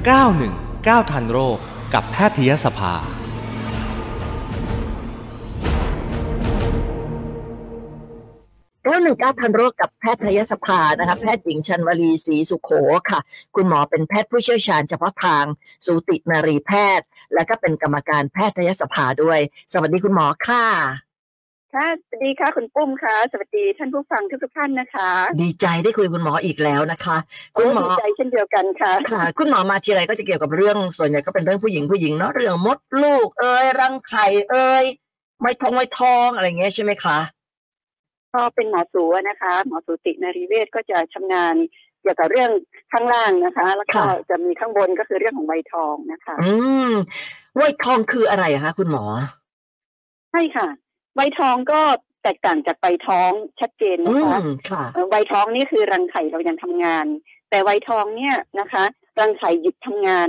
919 ทันโรคกับแพทยสภา 919 ทันโรคกับแพทยสภานะคะแพทย์หญิงชันวลีศรีสุโขค่ะคุณหมอเป็นแพทย์ผู้เชี่ยวชาญเฉพาะทางสูตินรีแพทย์และก็เป็นกรรมการแพทยสภาด้วยสวัสดีคุณหมอค่ะค่ะสวัสดีค่ะคุณปุ้มค่ะสวัสดีท่านผู้ฟังทุกท่านนะคะดีใจได้คุยคุณหมออีกแล้วนะคะคุณหมอดีใจเช่นเดียวกันค่ะค่ะคุณหมอมาทีไรก็จะเกี่ยวกับเรื่องส่วนใหญ่ก็เป็นเรื่องผู้หญิงเนาะเรื่องมดลูกรังไข่ไม่ท้องอะไรเงี้ยใช่ไหมคะก็เป็นหมอสูนะคะหมอสูตินรีเวชก็จะชำนาญเกี่ยวกับเรื่องข้างล่างนะคะแล้วก็จะมีข้างบนก็คือเรื่องของวัยทองนะคะวัยทองคืออะไรคะคุณหมอใช่ค่ะวัยทองก็แตกต่างจากวัยท้องชัดเจนนะคะวัยท้องนี่คือรังไข่เรายังทำงานแต่วัยทองเนี่ยนะคะรังไข่หยุดทำงาน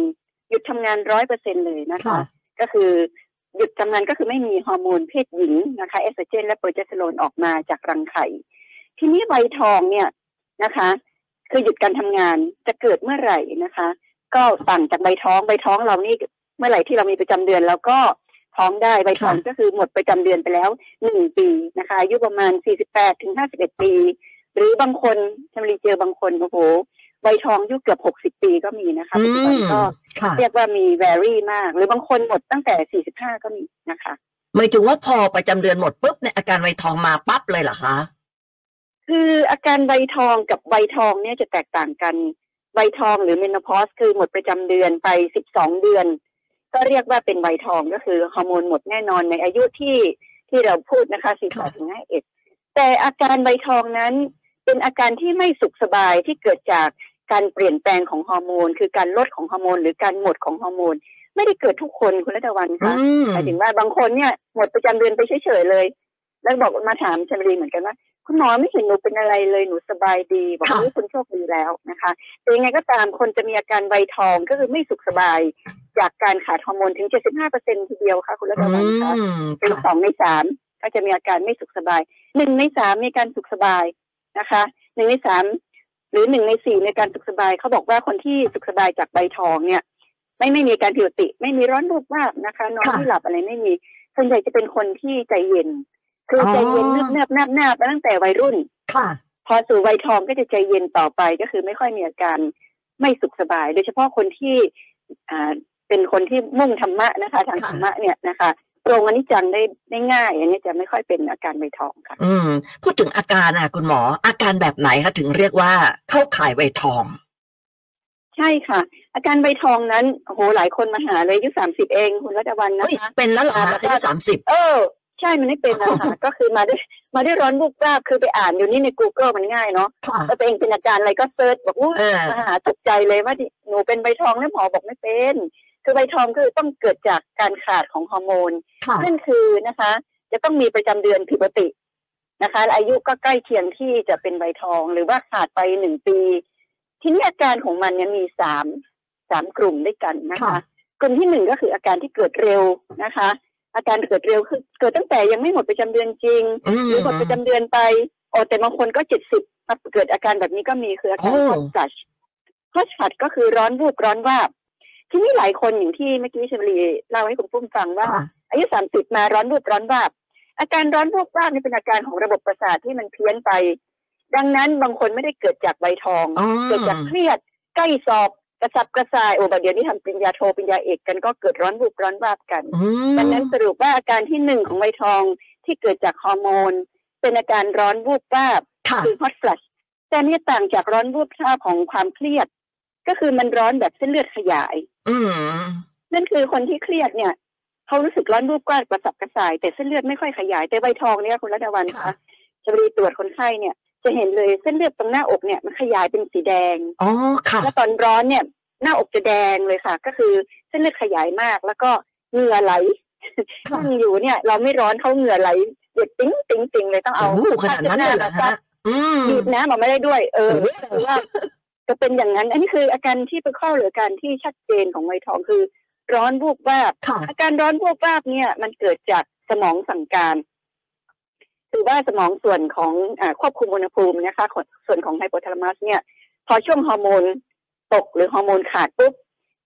100% เลยนะคะก็คือหยุดทำงานก็คือไม่มีฮอร์โมนเพศหญิงนะคะเอสโตรเจนและโปรเจสเตอโรนออกมาจากรังไข่ทีนี้วัยทองเนี่ยนะคะคือหยุดการทำงานจะเกิดเมื่อไหร่นะคะก็ต่างจากวัยท้องเรานี่เมื่อไหร่ที่เรามีประจำเดือนแล้วก็ท้องได้วัยทองก็คือหมดประจำเดือนไปแล้ว1 ปีนะคะอายุประมาณ 48-51 ปีหรือบางคนชมรีเจอบางคนโอ้โหวัยทองอายุเกือบ60 ปีก็มีนะคะปัจจุบันก็เรียกว่ามี vary มากหรือบางคนหมดตั้งแต่45ก็มีนะคะหมายถึงว่าพอประจำเดือนหมดปุ๊บเนี่ยอาการวัยทองมาปั๊บเลยเหรอคะคืออาการวัยทองกับวัยทองเนี่ยจะแตกต่างกันวัยทองหรือเมโนพอสคือหมดประจำเดือนไป12 เดือนก็เรียกว่าเป็นวัยทองก็คือฮอร์โมนหมดแน่นอนในอายุที่เราพูดนะคะ48-51แต่อาการวัยทองนั้นเป็นอาการที่ไม่สุขสบายที่เกิดจากการเปลี่ยนแปลงของฮอร์โมนคือการลดของฮอร์โมนหรือการหมดของฮอร์โมนไม่ได้เกิดทุกคนคุณรัตวันคะหมายถึงว่าบางคนเนี่ยหมดประจำเดือนไปเฉยๆเลยแล้วบอกมาถามชมรีเหมือนกันว่าคุณหมอไม่เห็นหนูเป็นอะไรเลยหนูสบายดีบอกว่าคุณโชคดีแล้วนะคะแต่ยังไงก็ตามคนจะมีอาการวัยทองก็คือไม่สุขสบายจากการขาดฮอร์โมนถึง 75% ทีเดียวค่ะคุณรัตวันคะเป็น2 ใน 3ก็จะมีอาการไม่สุขสบาย1 ใน 3มีการสุขสบายนะคะ1 ใน 3หรือ1 ใน 4ในการสุขสบายเขาบอกว่าคนที่สุขสบายจากใบทองเนี่ยไม่มีอาการผิดปกติไม่มีร้อนรูปมากนะคะนอนไม่หลับอะไรไม่มีส่วนใหญ่จะเป็นคนที่ใจเย็นคือใจเย็นเนิบไปตั้งแต่วัยรุ่นพอสู่วัยทองก็จะใจเย็นต่อไปก็คือไม่ค่อยมีอาการไม่สุขสบายโดยเฉพาะคนที่เป็นคนที่มุ่งธรรมะนะคะทางธรรมะเนี่ยนะคะตรงอนิจจังได้ง่ายอันนี้จะไม่ค่อยเป็นอาการใบทองค่ะพูดถึงอาการคุณหมออาการแบบไหนคะถึงเรียกว่าเข้าข่ายใบทองใช่ค่ะอาการใบทองนั้นโอ้โหหลายคนมาหาเลยอายุ30เองคุณรัตวันนะคะเป็นแล้วเหรอคะอายุ30 ใช่มันไม่เป็นนะคะก็คือมาได้ร้อนบุกบ้าคือไปอ่านอยู่นี่ใน Google มันง่ายเนาะแล้วตัวเองเป็นอาการอะไรก็เซิร์ชบอกมาหาตกใจเลยว่าหนูเป็นใบทองแล้วหมอบอกไม่เป็นคือใบทองคือต้องเกิดจากการขาดของฮอร์โมนนั่นคือนะคะจะต้องมีประจำเดือนผิดปกตินะคะอายุก็ใกล้เคียงที่จะเป็นใบทองหรือว่าขาดไป1 ปีทีนี้อาการของมันเนี่ยมี3 กลุ่มด้วยกันนะคะกลุ่มที่1ก็คืออาการที่เกิดเร็วนะคะอาการเกิดเร็วคือเกิดตั้งแต่ยังไม่หมดประจำเดือนจริงหรือหมดประจำเดือนไปแต่บางคนก็70เกิดอาการแบบนี้ก็มีคืออาการฮอตฟลัชก็คือร้อนวูบร้อนวาบทีนี้หลายคนอย่างที่เมื่อกี้ชมรีเล่าให้คุณปุ้มฟังว่าอายุ30มาร้อนวูบร้อนวาบอาการร้อนวูบวาบนี่เป็นอาการของระบบประสาทที่มันเพี้ยนไปดังนั้นบางคนไม่ได้เกิดจากใบทองเกิดจากเครียดใกล้สอบกระสับกระส่ายเดี๋ยวนี้ทำปริญญาโทปริญญาเอกกันก็เกิดร้อนวูบร้อนวาบกันดังนั้นสรุปว่าอาการที่1ของใบทองที่เกิดจากฮอร์โมนเป็นอาการร้อนวูบวาบคือ hot flush แต่นี่ต่างจากร้อนวูบวาบของความเครียดก็คือมันร้อนแบบเส้นเลือดขยายนั่นคือคนที่เครียดเนี่ยเขารู้สึกร้อนวูบวาบกระสับกระส่ายแต่เส้นเลือดไม่ค่อยขยายแต่ใบทองเนี่ยคุณรัตวันคะชมรีตรวจคนไข้เนี่ยจะเห็นเลยเส้นเลือดตรงหน้าอกเนี่ยมันขยายเป็นสีแดงค่ะแล้วตอนร้อนเนี่ยหน้าอกจะแดงเลยค่ะก็คือเส้นเลือดขยายมากแล้วก็เหงื่อไหลนั่งอยู่เนี่ยเราไม่ร้อนเขาเหงื่อไหลเดือดติ๊งเลยต้องเอาขนาดนั้นเลยเหรอคะบีบน้ำออกมาได้ด้วยว่าจะเป็นอย่างนั้นอันนี้คืออาการที่เป็นข้อหรือการที่ชัดเจนของวัยทองคือร้อนวูบวาบอาการร้อนวูบวาบเนี่ยมันเกิดจากสมองสั่งการคือว่าสมองส่วนของควบคุมอุณหภูมินะคะส่วนของไฮโปทาลามัสเนี่ยพอช่วงฮอร์โมนตกหรือฮอร์โมนขาดปุ๊บ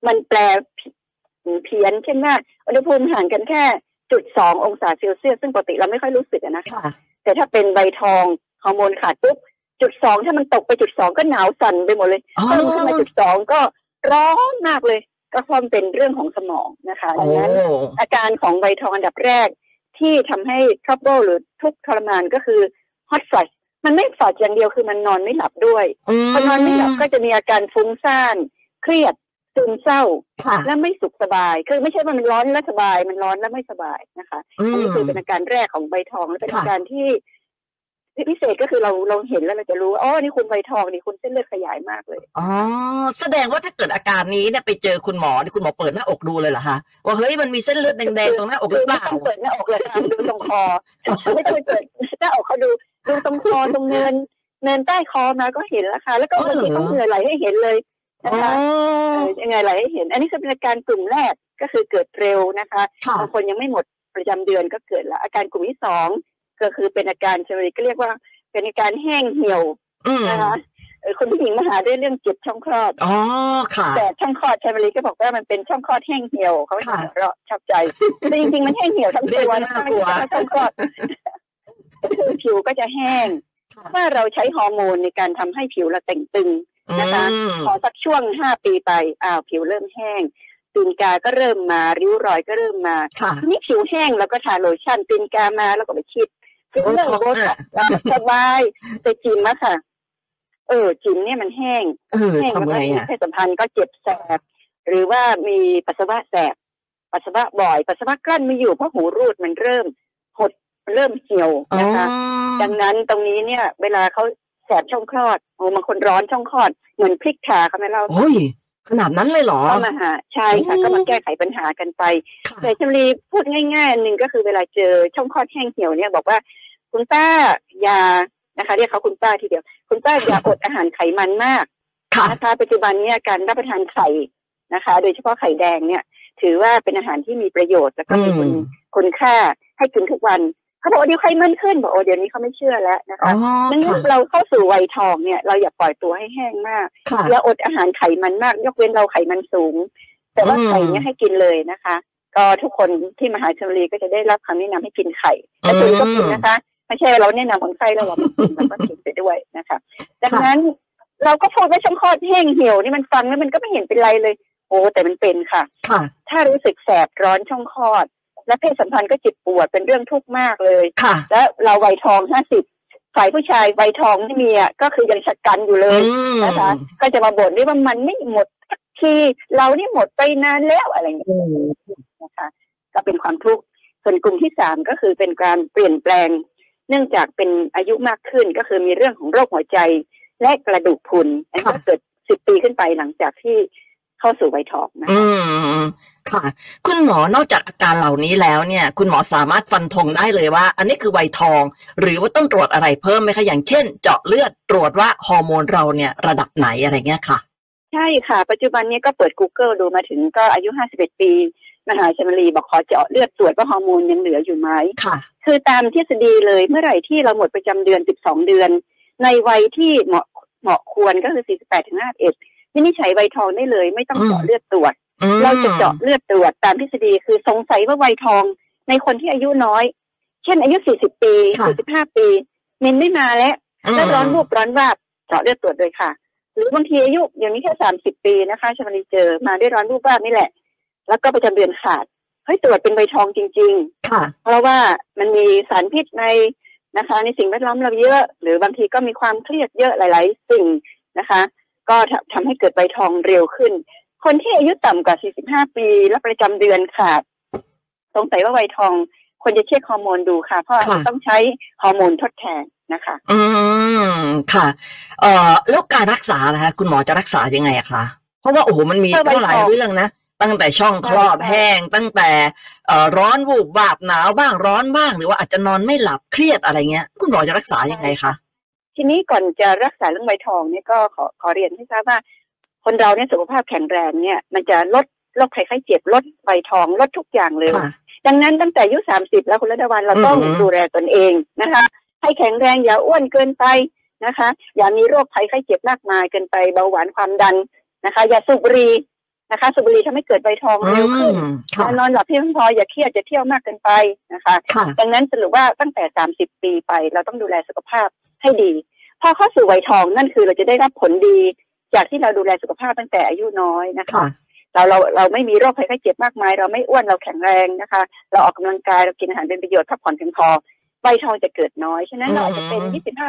มันแปลเพี้ยนเช่นว่าอุณหภูมิห่างกันแค่0.2 องศาเซลเซียสซึ่งปกติเราไม่ค่อยรู้สึกนะคะแต่ถ้าเป็นใบทองฮอร์โมนขาดปุ๊บ0.2ถ้ามันตกไป0.2ก็หนาวสั่นไปหมดเลยเพิ่มขึ้นมา0.2ก็ร้อนมากเลยก็ความเป็นเรื่องของสมองนะคะดังนั้นอาการของใบทองอันดับแรกที่ทำให้ trouble หรือทุกข์ทรมานก็คือ hot flash มันไม่ฟอดอย่างเดียวคือมันนอนไม่หลับด้วยพอนอนไม่หลับก็จะมีอาการฟุ้งซ่านเครียดซึมเศร้าและไม่สุขสบายคือไม่ใช่ว่ามันร้อนและสบายมันร้อนและไม่สบายนะคะอันนี้คือเป็นอาการแรกของใบทองและเป็นอาการที่พิเศษก็คือเราเห็นแล้วเราจะรู้อ๋อนี่คุณใบทองนี่คุณเส้นเลือดขยายมากเลยอ๋อแสดงว่าถ้าเกิดอาการนี้เนี่ยไปเจอคุณหมอนี่คุณหมอเปิดหน้าอกดูเลยเหรอคะว่าเฮ้ยมันมีเส้นเลือดแดงๆตรงหน้าอกหรือเปล่าเปิดหน้าอกเลยดูตรงคอไม่เคยเปิดหน้าอกเขาดูตรงคอตรงเนินใต้คอมาก็เห็นแล้วค่ะแล้วก็บางทีต้องเหงื่อไหลให้เห็นเลยนะคะยังไงไหลให้เห็นอันนี้คือเป็นอาการกลุ่มแรกก็คือเกิดเร็วนะคะบางคนยังไม่หมดประจำเดือนก็เกิดแล้วอาการกลุ่มที่2ก็คือเป็นอาการเฉลี่ยก็เรียกว่าเป็นอาการแห้งเหี่ยวนะคะคนผู้หญิงมาหาด้วยเรื่องเจ็บช่องคลอดอ๋อค่ะแต่ช่องคลอดชายบริก็บอกว่ามันเป็นช่องคลอดแห้งเหี่ยวเขาชอบใจแต่จริงๆมันแห้งเหี่ยวทั้งตัวนะคะไม่ใช่ช่องคลอดคือผิวก็จะแห้งเมื่อเราใช้ฮอร์โมนในการทำให้ผิวเราแต่งตึงนะคะพอสักช่วง5 ปีไปผิวเริ่มแห้งตีนกาก็เริ่มมาริ้วรอยก็เริ่มมาทีนี้ผิวแห้งแล้วก็ทาโลชั่นตีนกามาแล้วก็ไปคิดเรื่องโบท็อกซ์สบายแต่จิ๋มอะค่ะจิ๋มเนี่ยมันแห้งแล้วก็เพศสัมพันธ์ก็เจ็บแสบหรือว่ามีปัสสาวะแสบปัสสาวะบ่อยปัสสาวะกลั้นไม่อยู่เพราะหูรูดมันเริ่มหดเริ่มเหี่ยวนะคะดังนั้นตรงนี้เนี่ยเวลาเขาแสบช่องคลอดบางคนร้อนช่องคลอดเหมือนพริกชาเขาไหมเราโอ้ยขนาดนั้นเลยเหรอก็มาหาใช่ค่ะก็มาแก้ไขปัญหากันไปแต่ชลีพูดง่ายๆหนึ่งก็คือเวลาเจอช่องคลอดแห้งเหี่ยวเนี่ยบอกว่าคุณป้าอย่านะคะเรียกเขาคุณป้าทีเดียวคุณป้าอย่าอดอาหารไขมันมากนะคะปัจจุบันเนี่ยการรับประทานไข่นะคะโดยเฉพาะไข่แดงเนี่ยถือว่าเป็นอาหารที่มีประโยชน์และก็มีคุณค่าให้กินทุกวันเขาบอกว่าเดี๋ยวไขมันขึ้นบอกเดี๋ยวนี้เขาไม่เชื่อแล้วนะคะดังนั้นเราเข้าสู่วัยทองเนี่ยเราอย่าปล่อยตัวให้แห้งมากอย่าอดอาหารไขมันมากยกเว้นเราไขมันสูงแต่ว่าไข่เนี่ยให้กินเลยนะคะก็ทุกคนที่มหาชลบุรีก็จะได้รับคำแนะนำให้กินไข่แต่คุณก็กินนะคะไม่ใช่เราแนะนำคนไข้แล้วเราไม่กินเราก็กินไปด้วยนะคะดังนั้นเราก็พูดว่าช่องคลอดแห้งเหี่ยวนี่มันฟังแล้วมันก็ไม่เห็นเป็นไรเลยโอ้แต่มันเป็นค่ะถ้ารู้สึกแสบร้อนช่องคลอดและเพศสัมพันธ์ก็เจ็บปวดเป็นเรื่องทุกข์มากเลยและเราวัยทอง50ฝ่ายผู้ชายวัยทองที่มีก็คือยังชะกันอยู่เลยนะคะก็จะมาบ่นว่ามันไม่หมดทีเรานี่หมดไปนานแล้วอะไรอย่างเงี้ยนะคะก็เป็นความทุกข์ส่วนกลุ่มที่3ก็คือเป็นการเปลี่ยนแปลงเนื่องจากเป็นอายุมากขึ้นก็คือมีเรื่องของโรคหัวใจและกระดูกพรุนอันนี้ก็เกิด10 ปีขึ้นไปหลังจากที่เข้าสู่วัยทองนะคะค่ะคุณหมอนอกจากอาการเหล่านี้แล้วเนี่ยคุณหมอสามารถฟันธงได้เลยว่าอันนี้คือวัยทองหรือว่าต้องตรวจอะไรเพิ่มไหมคะอย่างเช่นเจาะเลือดตรวจว่าฮอร์โมนเราเนี่ยระดับไหนอะไรเงี้ยค่ะใช่ค่ะปัจจุบันนี้ก็เปิด Google ดูมาถึงก็อายุ51 ปีมหาชลบุรีบอกขอเจาะเลือดตรวจว่าฮอร์โมนยังเหลืออยู่ไหมค่ะคือตามทฤษฎีเลยเมื่อไหร่ที่เราหมดประจำเดือน12 เดือนในวัยที่เหมาะควรก็คือ48-51วินิจฉัยวัยทองได้เลยไม่ต้องเจาะเลือดตรวจเราจะเจาะเลือดตรวจตามทฤษฎีคือสงสัยว่าวัยทองในคนที่อายุน้อยเช่นอายุ40 ปี45 ปีเมนไม่มาแล้วร้อนวูบร้อนวาบเจาะเลือดตรวจเลยค่ะหรือบางทีอายุอย่างนี้แค่30 ปีนะคะชมารีเจอมาได้ร้อนวูบวาบนี่แหละแล้วก็ประจำเดือนขาดเฮ้ยตรวจเป็นใบทองจริงๆเพราะว่ามันมีสารพิษในนะคะในสิ่งแวดล้อมเราเยอะหรือบางทีก็มีความเครียดเยอะหลายๆสิ่งนะคะก็ทำให้เกิดใบทองเร็วขึ้นคนที่อายุต่ำกว่า45 ปีและประจำเดือนขาดสงสัยว่าวัยทองควรจะเช็คฮอร์โมนดูค่ะเพราะต้องใช้ฮอร์โมนทดแทนนะคะค่ะแล้วการรักษานะคะคุณหมอจะรักษายังไงอะคะเพราะว่าโอ้โหมันมีตั้งหลายเรื่องนะตั้งแต่ช่องคลอดแห้งตั้งแต่ร้อนวูบวาบหนาวบ้างร้อนบ้างหรือว่าอาจจะนอนไม่หลับเครียดอะไรเงี้ยคุณหมอจะรักษายังไงคะทีนี้ก่อนจะรักษาเรื่องใบทองเนี่ยก็ขอเรียนให้ทราบว่าคนเราเนี่ยสุขภาพแข็งแรงเนี่ยมันจะลดโรคภัยไข้เจ็บลดใบทองลดทุกอย่างเลยดังนั้นตั้งแต่อายุ30แล้วคุณรัตวันเราต้องดูแลตนเองนะคะให้แข็งแรงอย่าอ้วนเกินไปนะคะอย่ามีโรคภัยไข้เจ็บมากมายเกินไปเบาหวานความดันนะคะอย่าสูบบุหรี่นะคะสูบบุหรี่ทำให้เกิดใบทองเร็วขึ้นนอนหลับเพียงพออย่าเครียดจะเที่ยวมากเกินไปนะคะดังนั้นสรุปว่าตั้งแต่30 ปีไปเราต้องดูแลสุขภาพให้ดีพอเข้าสู่วัยทองนั่นคือเราจะได้รับผลดีจากที่เราดูแลสุขภาพตั้งแต่อายุน้อยนะคะเราไม่มีโรคภัยไข้เจ็บมากมายเราไม่อ้วนเราแข็งแรงนะคะเราออกกำลังกายเรากินอาหารเป็นประโยชน์พักผ่อนเพียงพอใบทองจะเกิดน้อยฉะนั้นเราอาจจะเป็น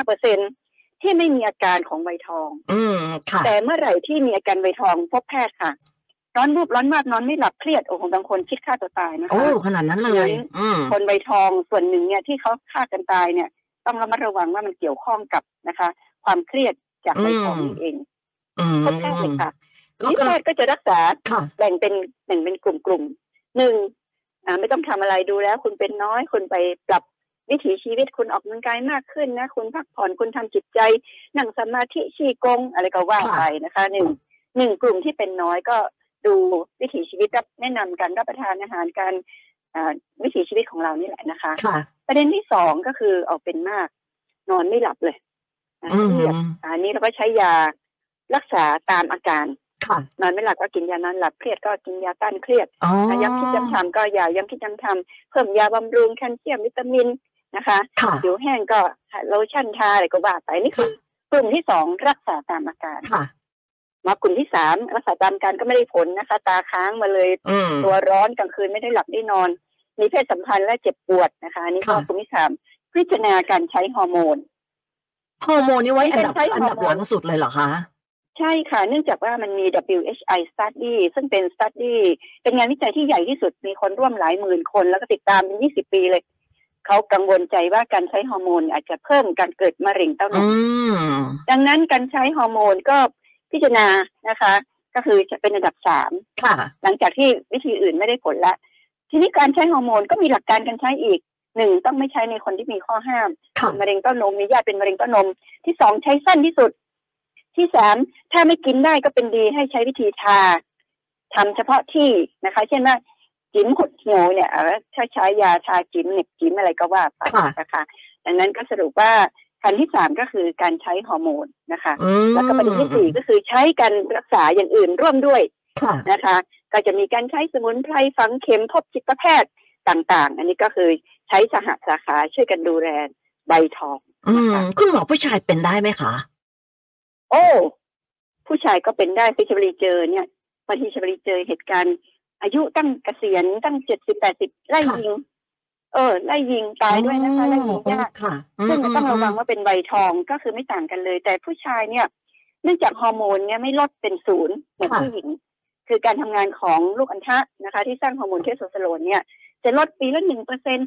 25% ที่ไม่มีอาการของใบทองแต่เมื่อไหร่ที่มีอาการใบทองพบแพทย์ค่ะร้อนรูปร้อนมากนอนไม่หลับเครียดโอ้โหบางคนคิดฆ่าตัวตายนะคะโอ้ขนาดนั้นเลยคนใบทองส่วนหนึ่งเนี่ยที่เขาฆ่ากันตายเนี่ยต้องระมัดระวังว่ามันเกี่ยวข้องกับนะคะความเครียดจากใบทองนี่เองพบแพทย์เลยค่ะนี่แพทย์ก็จะรักษาแบ่งเป็นกลุ่มๆหนึ่งไม่ต้องทำอะไรดูแล้วคุณเป็นน้อยคุณไปปรับวิถีชีวิตคุณออกกำลังกายมากขึ้นนะคุณพักผ่อนคุณทำจิตใจนั่งสมาธิชีกงอะไรก็ว่าไปนะคะหนึ่งกลุ่มที่เป็นน้อยก็ดูวิถีชีวิตแนะนำการรับประทานอาหารการวิถีชีวิตของเรานี่แหละนะคะประเด็นที่2ก็คือออกเป็นมากนอนไม่หลับเลยเครียดอันนี้เราก็ใช้ยารักษาตามอาการนอนไม่หลับก็กินยานอนหลับเครียดก็กินยาต้านเครียดย้ำคิดย้ำทำก็ยาย้ำคิดย้ำทำเพิ่มยาบำรุงแคลเซียมวิตามินนะคะผิวแห้งก็โลชั่นทาอะไรก็ว่าไปนี่คือกลุ่มที่2รักษาตามอาการมากลุ่มที่3รักษาตามการก็ไม่ได้ผลนะคะตาค้างมาเลยตัวร้อนกลางคืนไม่ได้หลับได้นอนมีเพศสัมพันธ์และเจ็บปวดนะคะนี่ก็กลุ่มที่3พิจารณาการใช้ฮอร์โมนนี่ไว้อันดับหลังสุดเลยเหรอคะใช่ค่ะเนื่องจากว่ามันมี WHI study ซึ่งเป็น study เป็นงานวิจัยที่ใหญ่ที่สุดมีคนร่วมหลายหมื่นคนแล้วก็ติดตามเป็น20 ปีเลยเขากังวลใจว่าการใช้ฮอร์โมนอาจจะเพิ่มการเกิดมะเร็งเต้านมดังนั้นการใช้ฮอร์โมนก็พิจารณานะคะก็คือจะเป็นอันดับ3ค่ะหลังจากที่วิธีอื่นไม่ได้ผลละทีนี้การใช้ฮอร์โมนก็มีหลักการการใช้อีก1ต้องไม่ใช้ในคนที่มีข้อห้ามมะเร็งเต้านมมีญาติเป็นมะเร็งเต้านมที่2ใช้สั้นที่สุดที่3ถ้าไม่กินได้ก็เป็นดีให้ใช้วิธีทาทำเฉพาะที่นะคะเช่นว่าจิ้มหดเหี่ยวเนี่ยถ้าใช้ยาทาจิ้มเน็บจิ้มอะไรก็ว่าไปนะคะดังนั้นก็สรุปว่าขั้นที่3ก็คือการใช้ฮอร์โมนนะคะแล้วก็ประเด็นที่4ก็คือใช้การรักษาอย่างอื่นร่วมด้วยนะคะก็จะมีการใช้สมุนไพรฝังเข็มพบจิตแพทย์ต่างๆอันนี้ก็คือใช้สหสาขาช่วยกันดูแลใบทองคุณหมอผู้ชายเป็นได้ไหมคะโอ้ผู้ชายก็เป็นได้ที่ชบรีเจอเนี่ยบางทีชบรีเจอเหตุการณ์อายุตั้งเกษียณตั้ง70-80ไล่ยิงไล่ยิงตายด้วยนะคะไล่ยิงญาติซึ่งต้องระวังว่าเป็นใบทองก็คือไม่ต่างกันเลยแต่ผู้ชายเนี่ยเนื่องจากฮอร์โมนเนี่ยไม่ลดเป็น0เหมือนผู้หญิงคือการทำงานของลูกอัณฑะนะคะที่สร้างฮอร์โมนเทสโทสเตอโรนเนี่ยจะลดปีละ 1%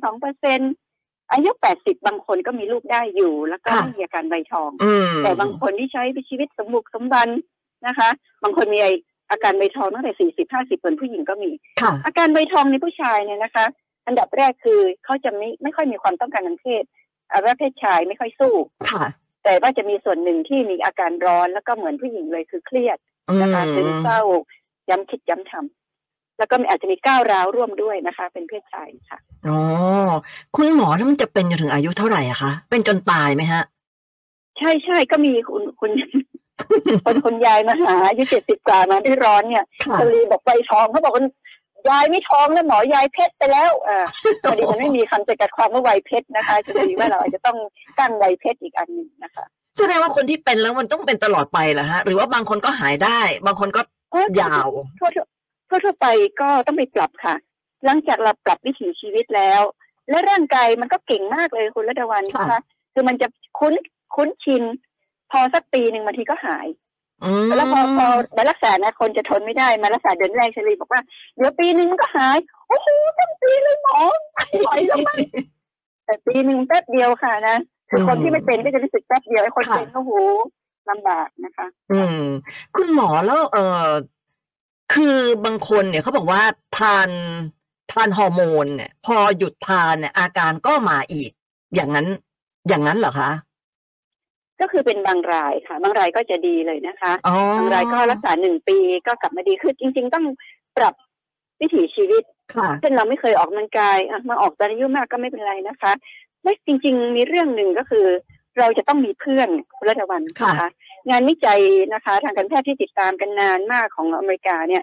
2%อายุ80บางคนก็มีลูกได้อยู่แล้วก็ไม่มีอาการใบทองแต่บางคนที่ใช้ชีวิตสมบุกสมบันนะคะบางคนมีอาการใบทองตั้งแต่40-50เป็นผู้หญิงก็มีอาการใบทองในผู้ชายเนี่ยนะคะอันดับแรกคือเขาจะไม่ค่อยมีความต้องการทางเพศเพศชายไม่ค่อยสู้แต่ว่าจะมีส่วนหนึ่งที่มีอาการร้อนแล้วก็เหมือนผู้หญิงเลยคือเครียดนะคะซึมเศร้าย้ำคิดย้ำทำแล้วก็อาจจะมีก้าวร้าวร่วมด้วยนะคะเป็นเพศชายค่ะอ๋อคุณหมอแล้วมันจะเป็นจนถึงอายุเท่าไหร่อะคะเป็นจนตายไหมฮะใช่ก็มีคุณยายมาหาอายุ70 กว่ามาที่ร้อนเนี่ยตลีบอกใบทองเขาบอกว่ายายไม่ท้องแล้วหมอยายเพชรไปแล้วพอดีมันไม่มีคำจำกัดความว่าวัยเพชรนะคะจะดีว่าเราอาจจะต้องตั้งวัยเพชรอีกอันนึงนะคะแสดงว่าคนที่เป็นแล้วมันต้องเป็นตลอดไปเหรอฮะหรือว่าบางคนก็หายได้บางคนก็ยาวทั่วไปก็ต้องไปปรับค่ะหลังจากเราปรับวิถีชีวิตแล้วและร่างกายมันก็เก่งมากเลยคุณรัตวรรณนะคะคือมันจะคุ้นชินพอสักปีนึงบางทีก็หายแล้วพอมารักษานะคนจะทนไม่ได้มารักษาเดือนแรกเฉลี่ยบอกว่าเดี๋ยวปีนึงมันก็หายโอ้โหตั้งปีเลยหมอไหวแล้วมั้งแต่ปีนึงแป๊บเดียวค่ะนะคือคนที่ไม่เป็นก็จะรู้สึกแป๊บเดียวไอ้คนเป็นโอ้โหลำบากนะคะคุณหมอแล้วคือบางคนเนี่ยเขาบอกว่าทานฮอร์โมนเนี่ยพอหยุดทานเนี่ยอาการก็มาอีกอย่างนั้นเหรอคะก็คือเป็นบางรายค่ะบางรายก็จะดีเลยนะคะบางรายก็รักษา1 ปีก็กลับมาดีคือจริงๆต้องปรับวิถีชีวิตเช่นเราไม่เคยออกกำลังกายมาออกตอนอายุมากก็ไม่เป็นไรนะคะและจริงๆมีเรื่องหนึ่งก็คือเราจะต้องมีเพื่อนคุณรัตวรรณนะคะงานวิจัยนะคะทางการแพทย์ที่ติดตามกันนานมากของอเมริกาเนี่ย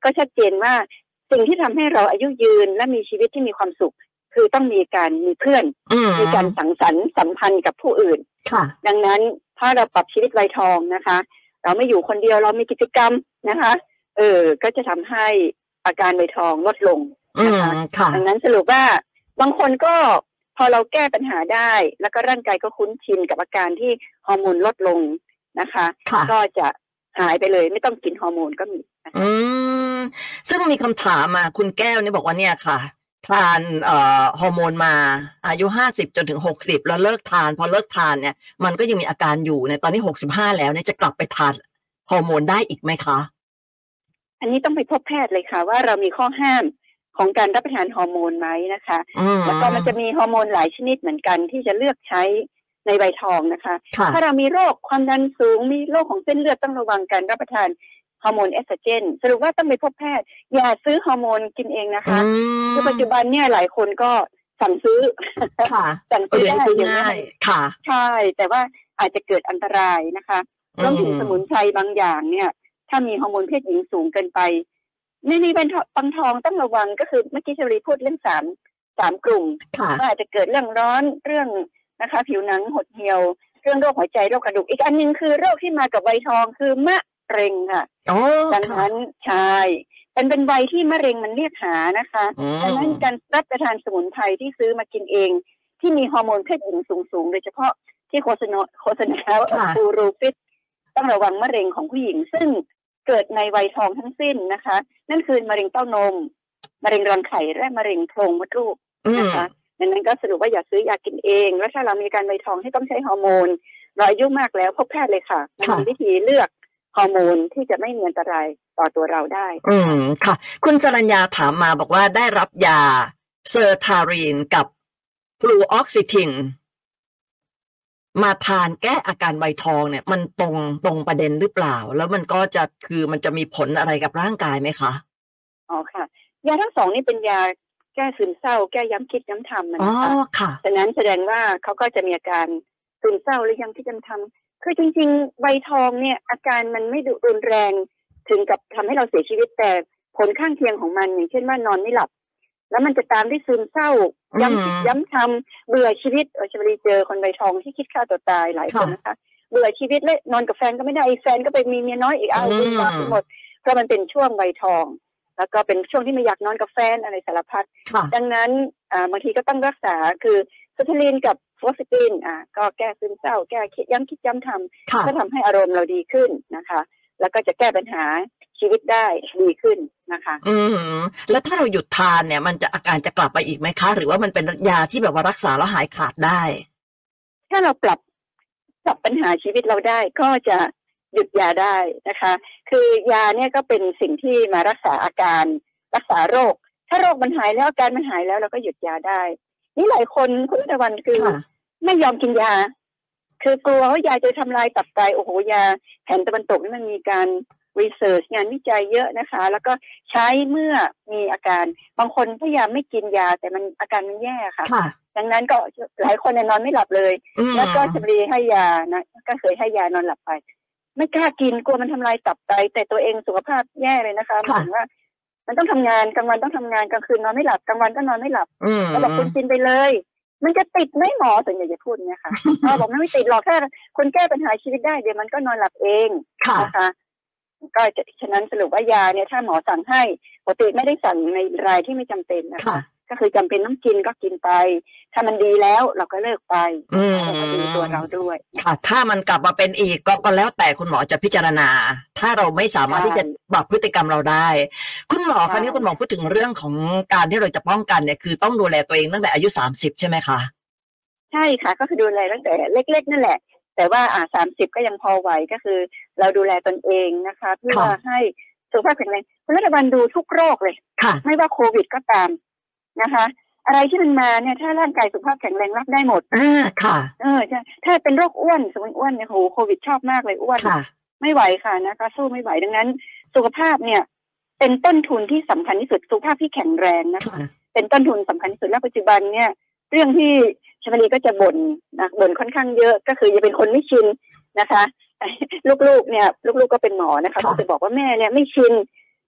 ก็ชัดเจนว่าสิ่งที่ทำให้เราอายุยืนและมีชีวิตที่มีความสุขคือต้องมีเพื่อนมีการสังสรรค์สัมพันธ์กับผู้อื่นดังนั้นถ้าเราปรับชีวิตวัยทองนะคะเราไม่อยู่คนเดียวเรามีกิจกรรมนะคะก็จะทำให้อาการวัยทองลดลงนะคะดังนั้นสรุปว่าบางคนก็พอเราแก้ปัญหาได้แล้วก็ร่างกายก็คุ้นชินกับอาการที่ฮอร์โมนลดลงนะคะก็จะหายไปเลยไม่ต้องกินฮอร์โมนก็มีซึ่งมีคำถามมาคุณแก้วเนี่ยบอกว่าเนี่ยค่ะทานฮอร์โมนมาอายุ50จนถึง60แล้วเลิกทานพอเลิกทานเนี่ยมันก็ยังมีอาการอยู่ในตอนนี้65แล้วเนี่ยจะกลับไปทานฮอร์โมนได้อีกไหมคะอันนี้ต้องไปพบแพทย์เลยค่ะว่าเรามีข้อห้ามของการรับประทานฮอร์โมนไหมนะคะแล้วก็มันจะมีฮอร์โมนหลายชนิดเหมือนกันที่จะเลือกใช้ในวัยทองนะคะถ้าเรามีโรคความดันสูงมีโรคของเส้นเลือดต้องระวังการรับประทานฮอร์โมนเอสโตรเจนสรุปว่าต้องไปพบแพทย์อย่าซื้อฮอร์โมนกินเองนะคะคือปัจจุบันเนี่ยหลายคนก็สั่งซื้อสั่งซื้อได้อย่างง่ายค่ะใช่แต่ว่าอาจจะเกิดอันตรายนะคะรวมถึงสมุนไพรบางอย่างเนี่ยถ้ามีฮอร์โมนเพศหญิงสูงเกินไปในบางทองต้องระวังก็คือเมื่อกี้ชลีพูดเรื่องสามกลุ่มว่าอาจจะเกิดเรื่องร้อนเรื่องนะคะผิวหนังหดเหี่ยวเรื่องโรคหัวใจโรคกระดูกอีกอันนึงคือโรคที่มากับวัยทองคือมะเร็งค่ะดังนั้นใช่เป็นวัยที่มะเร็งมันเรียกหานะคะดังนั้นการรับประทานสมุนไพรที่ซื้อมากินเองที่มีฮอร์โมนเพศหญิงสูงโดยเฉพาะที่โฆษณาฟูรูฟิตต้องระวังมะเร็งของผู้หญิงซึ่งเกิดในวัยทองทั้งสิ้นนะคะนั่นคือมะเร็งเต้านมมะเร็งรังไข่และมะเร็งโพรงมดลูกนะคะดังนั้นก็สรุปว่าอย่าซื้อยากินเองแล้วถ้าเรามีการวัยทองที่ต้องใช้ฮอร์โมนเราอายุมากแล้วพบแพทย์เลยค่ะมันมีวิธีเลือกฮอร์โมนที่จะไม่มีอันตรายต่อตัวเราได้ค่ะคุณจรัญญาถามมาบอกว่าได้รับยาเซอร์ทารีนกับฟลูออกซิทินมาทานแก้อาการวัยทองเนี่ยมันตรงประเด็นหรือเปล่าแล้วมันก็จะคือมันจะมีผลอะไรกับร่างกายไหมคะอ๋อค่ะยาทั้งสองนี่เป็นยาแก้ซึมเศร้าแก้ย้ำคิดย้ำทำนะคะฉะนั้นแสดงว่าเขาก็จะมีอาการซึมเศร้าหรือย้ำคิดย้ำทำคือจริงๆวัยทองเนี่ยอาการมันไม่ดุรุนแรงถึงกับทำให้เราเสียชีวิตแต่ผลข้างเคียงของมันอย่างเช่นว่านอนไม่หลับแล้วมันจะตามด้วยซึมเศร้าย้ำคิดย้ำทำเบื่อชีวิตชลบุรีเจอคนวัยทองที่คิดฆ่าตัวตายหลายคนนะคะเบื่อชีวิตและนอนกับแฟนก็ไม่ได้แฟนก็ไปมีเมียน้อยอีกเอาวุ่นวายไปหมดเพราะมันเป็นช่วงวัยทองแล้วก็เป็นช่วงที่ไม่อยากนอนกับแฟนอะไรสารพัดดังนั้นบางทีก็ต้องรักษาคือสเตอรีนกับฟอสฟินก็แก้ซึมเศร้าแก้ย้ำคิดย้ำทำก็ทำให้อารมณ์เราดีขึ้นนะคะแล้วก็จะแก้ปัญหาชีวิตได้ดีขึ้นนะคะแล้วถ้าเราหยุดทานเนี่ยมันจะอาการจะกลับไปอีกไหมคะหรือว่ามันเป็นยาที่แบบว่ารักษาแล้วหายขาดได้ถ้าเราปรับปัญหาชีวิตเราได้ก็จะหยุดยาได้นะคะคือยาเนี่ยก็เป็นสิ่งที่มารักษาอาการรักษาโรคถ้าโรคมันหายแล้วอาการมันหายแล้วเราก็หยุดยาได้นี่หลายคนคุณตะวันคือไม่ยอมกินยาคือกลัวว่ายาจะทำลายตับไตโอ้โหยาแผนตะวันตกนี่มันมีการรีเสิร์ชงานวิจัยเยอะนะคะแล้วก็ใช้เมื่อมีอาการบางคนพยายามไม่กินยาแต่มันอาการมันแย่ค่ะดังนั้นก็หลายคนนอนไม่หลับเลยแล้วก็จะรีให้ยานะก็เคยให้ยานอนหลับไปไม่กล้ากินกลัวมันทำลายตับไตแต่ตัวเองสุขภาพแย่เลยนะคะหมายว่ามันต้องทำงานกลางวันต้องทำงานกลางคืนนอนไม่หลับกลางวันก็นอนไม่หลับแล้วบอกคุณกินไปเลยมันจะติดไม่หมอส่วนใหญ่จะพูดเนี่ยค่ะบอกไม่ติดหรอกแค่คนแก้ปัญหาชีวิตได้เดี๋ยวมันก็นอนหลับเองนะคะก็จะฉะนั้นสรุปว่ายาเนี่ยถ้าหมอสั่งให้ปกติไม่ได้สั่งในรายที่ไม่จำเป็นนะคะก็คือจำเป็นต้องกินก็กินไปถ้ามันดีแล้วเราก็เลิกไปก็ดีตัวเราด้วยค่ะถ้ามันกลับมาเป็นอีกก็แล้วแต่คุณหมอจะพิจารณาถ้าเราไม่สามารถที่จะปรับพฤติกรรมเราได้คุณหมอคราวนี้คุณหมอพูดถึงเรื่องของการที่เราจะป้องกันเนี่ยคือต้องดูแลตัวเองตั้งแต่อายุ30ใช่ไหมคะใช่ค่ะก็คือดูแลตั้งแต่เล็กๆนั่นแหละแต่ว่า30ก็ยังพอไหวก็คือเราดูแลตนเองนะคะเพื่อให้สุขภาพแข็งแรงคุณรัฐบาลดูทุกโรคเลยไม่ว่าโควิดก็ตามนะคะอะไรที่มันมาเนี่ยถ้าร่างกายสุขภาพแข็งแรงรับได้หมดค่ะใช่ถ้าเป็นโรคอ้วนสมมติอ้วนเนี่ยโหโควิดชอบมากเลยอ้วนไม่ไหวค่ะนะคะสู้ไม่ไหวดังนั้นสุขภาพเนี่ยเป็นต้นทุนที่สำคัญที่สุดสุขภาพที่แข็งแรงนะคะเป็นต้นทุนสำคัญที่สุดและปัจจุบันเนี่ยเรื่องที่ชมรีก็จะบ่นค่อนข้างเยอะก็คือจะเป็นคนไม่ชินนะคะลูกๆเนี่ยลูกๆก็เป็นหมอนะคะก็จะบอกว่าแม่เนี่ยไม่ชิน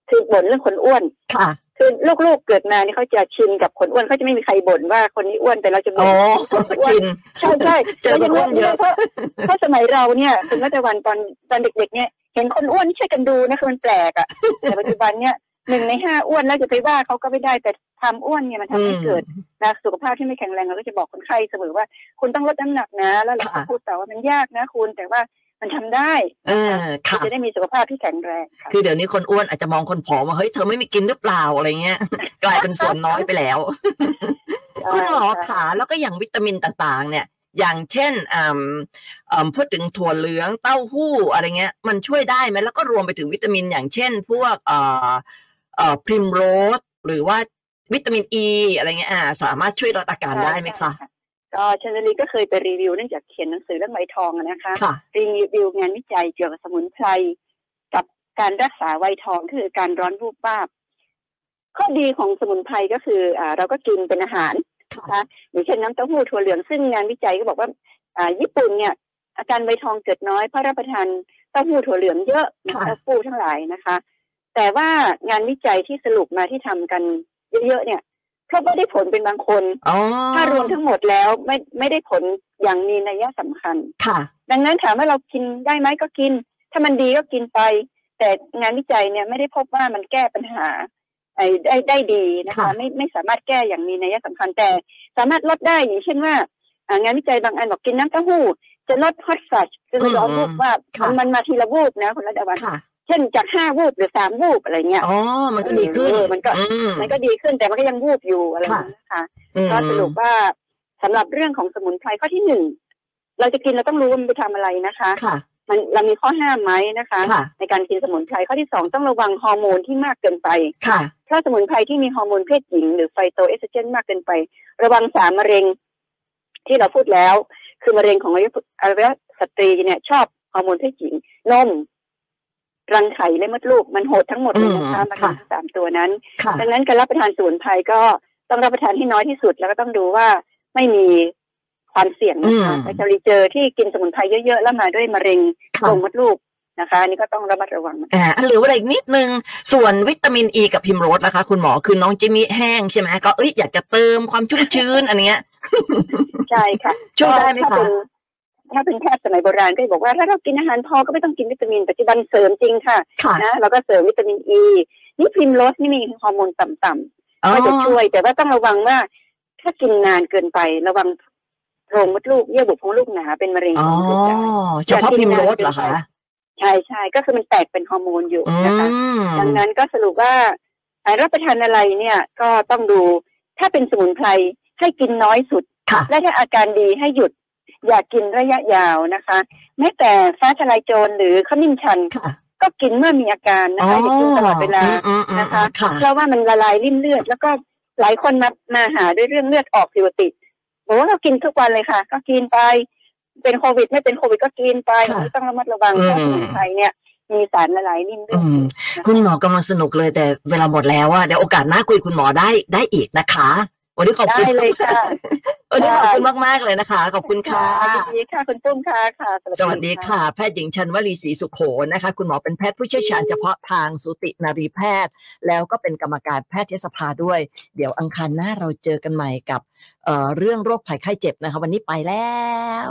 คือบ่นเรื่องคนอ้วนค่ะคือลูกๆเกิดมานี่เขาจะชินกับคนอ้วนเขาจะไม่มีใครบ่นว่าคนนี้อ้วนแต่เราจะบ่นชินใช่เจอคนอ้วนเยอะเพราะสมัยเราเนี่ยคุณรัตวันตอนเด็กๆเนี่ยเห็นคนอ้วนช่วยกันดูนะคือมันแปลกอ่ะแต่ปัจจุบันเนี่ย1 ใน 5อ้วนแล้วจะไปว่าเขาก็ไม่ได้แต่ทำอ้วนเนี่ยมันทำให้เกิดนะสุขภาพที่ไม่แข็งแรงเราก็จะบอกคนไข้เสมอว่าคุณต้องลดน้ำหนักนะแล้วเราก็พูดแต่ว่ามันยากนะคุณแต่ว่ามันทำได้จะได้มีสุขภาพที่แข็งแรงคือเดี๋ยวนี้คนอ้วนอาจจะมองคนผอมว่าเฮ้ยเธอไม่มีกินหรือเปล่าอะไรเงี้ยกลายเป็นส่วนน้อยไปแล้วคุณหมอขาแล้วก็อย่างวิตามินต่างๆเนี่ยอย่างเช่นพูดถึงถั่วเหลืองเต้าหู้อะไรเงี้ยมันช่วยได้ไหมแล้วก็รวมไปถึงวิตามินอย่างเช่นพวกพริมโรสหรือว่าวิตามินอีอะไรเงี้ยสามารถช่วยลดอาการได้ไหมคะก็ชนลีก็เคยไปรีวิวเนื่องจากเขียนหนังสือเรื่องใบทองนะคะรีวิวงานวิจัยเกี่ยวกับสมุนไพรกับการรักษาไวทองคือการร้อนวูบวาบข้อดีของสมุนไพรก็คือเราก็กินเป็นอาหารนะคะอย่างเช่นน้ำเต้าหู้ถั่วเหลืองซึ่งงานวิจัยก็บอกว่าญี่ปุ่นเนี่ยอาการไวทองเกิดน้อยเพราะรับประทานเต้าหู้ถั่วเหลืองเยอะเต้าหู้ทั้งหลายนะคะแต่ว่างานวิจัยที่สรุปมาที่ทำกันเยอะๆเนี่ยก็ไม่ได้ผลเป็นบางคนถ้ารวมทั้งหมดแล้วไม่ได้ผลอย่างมีนัยสำคัญค่ะดังนั้นถามว่าเรากินได้ไหมก็กินถ้ามันดีก็กินไปแต่งานวิจัยเนี่ยไม่ได้พบว่ามันแก้ปัญหาได้ดีนะคะไม่สามารถแก้อย่างมีนัยสำคัญแต่สามารถลดได้อย่างเช่นว่างานวิจัยบางอันบอกกินน้ำเต้าหู้จะลดฮอตแฟลชคือร้อนวูบว่ามันมาทีละวูบนะคุณรัตวันเช่นจาก5วูบหรือ3วูบอะไรเงี้ยมันก็ดีขึ้นมันก็ดีขึ้นแต่มันก็ยังวูบอยู่อะไรนะคะก็สรุปว่าสำหรับเรื่องของสมุนไพรข้อที่1เราจะกินเราต้องรู้ว่ามันไปทำอะไรนะคะเรามีข้อห้ามไหมนะคะในการกินสมุนไพรข้อที่2ต้องระวังฮอร์โมนที่มากเกินไปถ้าสมุนไพรที่มีฮอร์โมนเพศหญิงหรือไฟโตเอสโตรเจนมากเกินไประวัง3มะเร็งที่เราพูดแล้วคือมะเร็งของอวัยวะสตรีเนี่ยชอบฮอร์โมนเพศหญิงนมรังไข่และมดลูกมันโหดทั้งหมดเลยนะคะมะเร็งทั้ง3ตัวนั้นดังนั้นการรับประทานสมุนไพรก็ต้องรับประทานให้น้อยที่สุดแล้วก็ต้องดูว่าไม่มีความเสี่ยงนะคะแต่จะเจอที่กินสมุนไพรเยอะๆแล้วมาด้วยมะเร็งโพรงมดลูกนะคะนี่ก็ต้องระมัดระวังหรือว่าอีกนิดนึงส่วนวิตามินอีกับพิมโรสนะคะคุณหมอคือน้องจิมมี่แห้งใช่ไหมก็อยากจะเติมความชุ่มชื้นอันเนี้ยใช่ค่ะช่วยได้ไหมคะถ้าเป็นแพทย์สมัยโบราณก็บอกว่าถ้าเรากินอาหารพอก็ไม่ต้องกินวิตามินปัจจุบันเสริมจริงค่ะนะเราก็เสริมวิตามินอีนี่พิมโรสนี่มีฮอร์โมนต่ำๆก็จะช่วยแต่ว่าต้องระวังว่าถ้ากินนานเกินไประวังโพรงมดลูกเยื่อบุโพรงลูกหนาเป็นมะเร็งของลูกได้เฉพาะพิมโรสเหรอคะใช่ก็คือมันแตกเป็นฮอร์โมนอยู่นะคะดังนั้นก็สรุปว่ารับประทานอะไรเนี่ยก็ต้องดูถ้าเป็นสมุนไพรให้กินน้อยสุดและถ้าอาการดีให้หยุดอย่ากินระยะยาวนะคะแม้แต่ฟ้าทลายโจรหรือขมิ้นชันก็กินเมื่อมีอาการนะคะอย่ากินตลอดเวลานะคะเพราะว่ามันละลายริ่มเลือดแล้วก็หลายคนมาหาด้วยเรื่องเลือดออกผิวติดบอกว่าเรากินทุกวันเลยค่ะก็กินไปเป็นโควิดไม่เป็นโควิดก็กินไปต้องระมัดระวังเพราะสมุนไพรเนี่ยมีสารละลายริ่มเลือดคุณหมอกำลังสนุกเลยแต่เวลาหมดแล้วเดี๋ยวโอกาสหน้าคุยคุณหมอได้อีกนะคะวันนี้ขอบคุณได้เลยค่ะวันนี้ขอบคุณมากๆเลยนะคะขอบคุณค่ะสวัสดีค่ะคุณตุ้มค่ะสวัสดีค่ะแพทย์หญิงชันวลีศรีสุโขนะคะคุณหมอเป็นแพทย์ผู้เชี่ยวชาญเฉพาะทางสูตินรีแพทย์แล้วก็เป็นกรรมการแพทยสภาด้วยเดี๋ยวอังคารหน้าเราเจอกันใหม่กับเรื่องโรคภัยไข้เจ็บนะคะวันนี้ไปแล้ว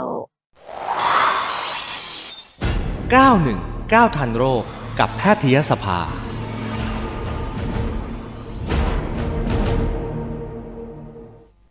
919ทันโรคกับแพทยสภา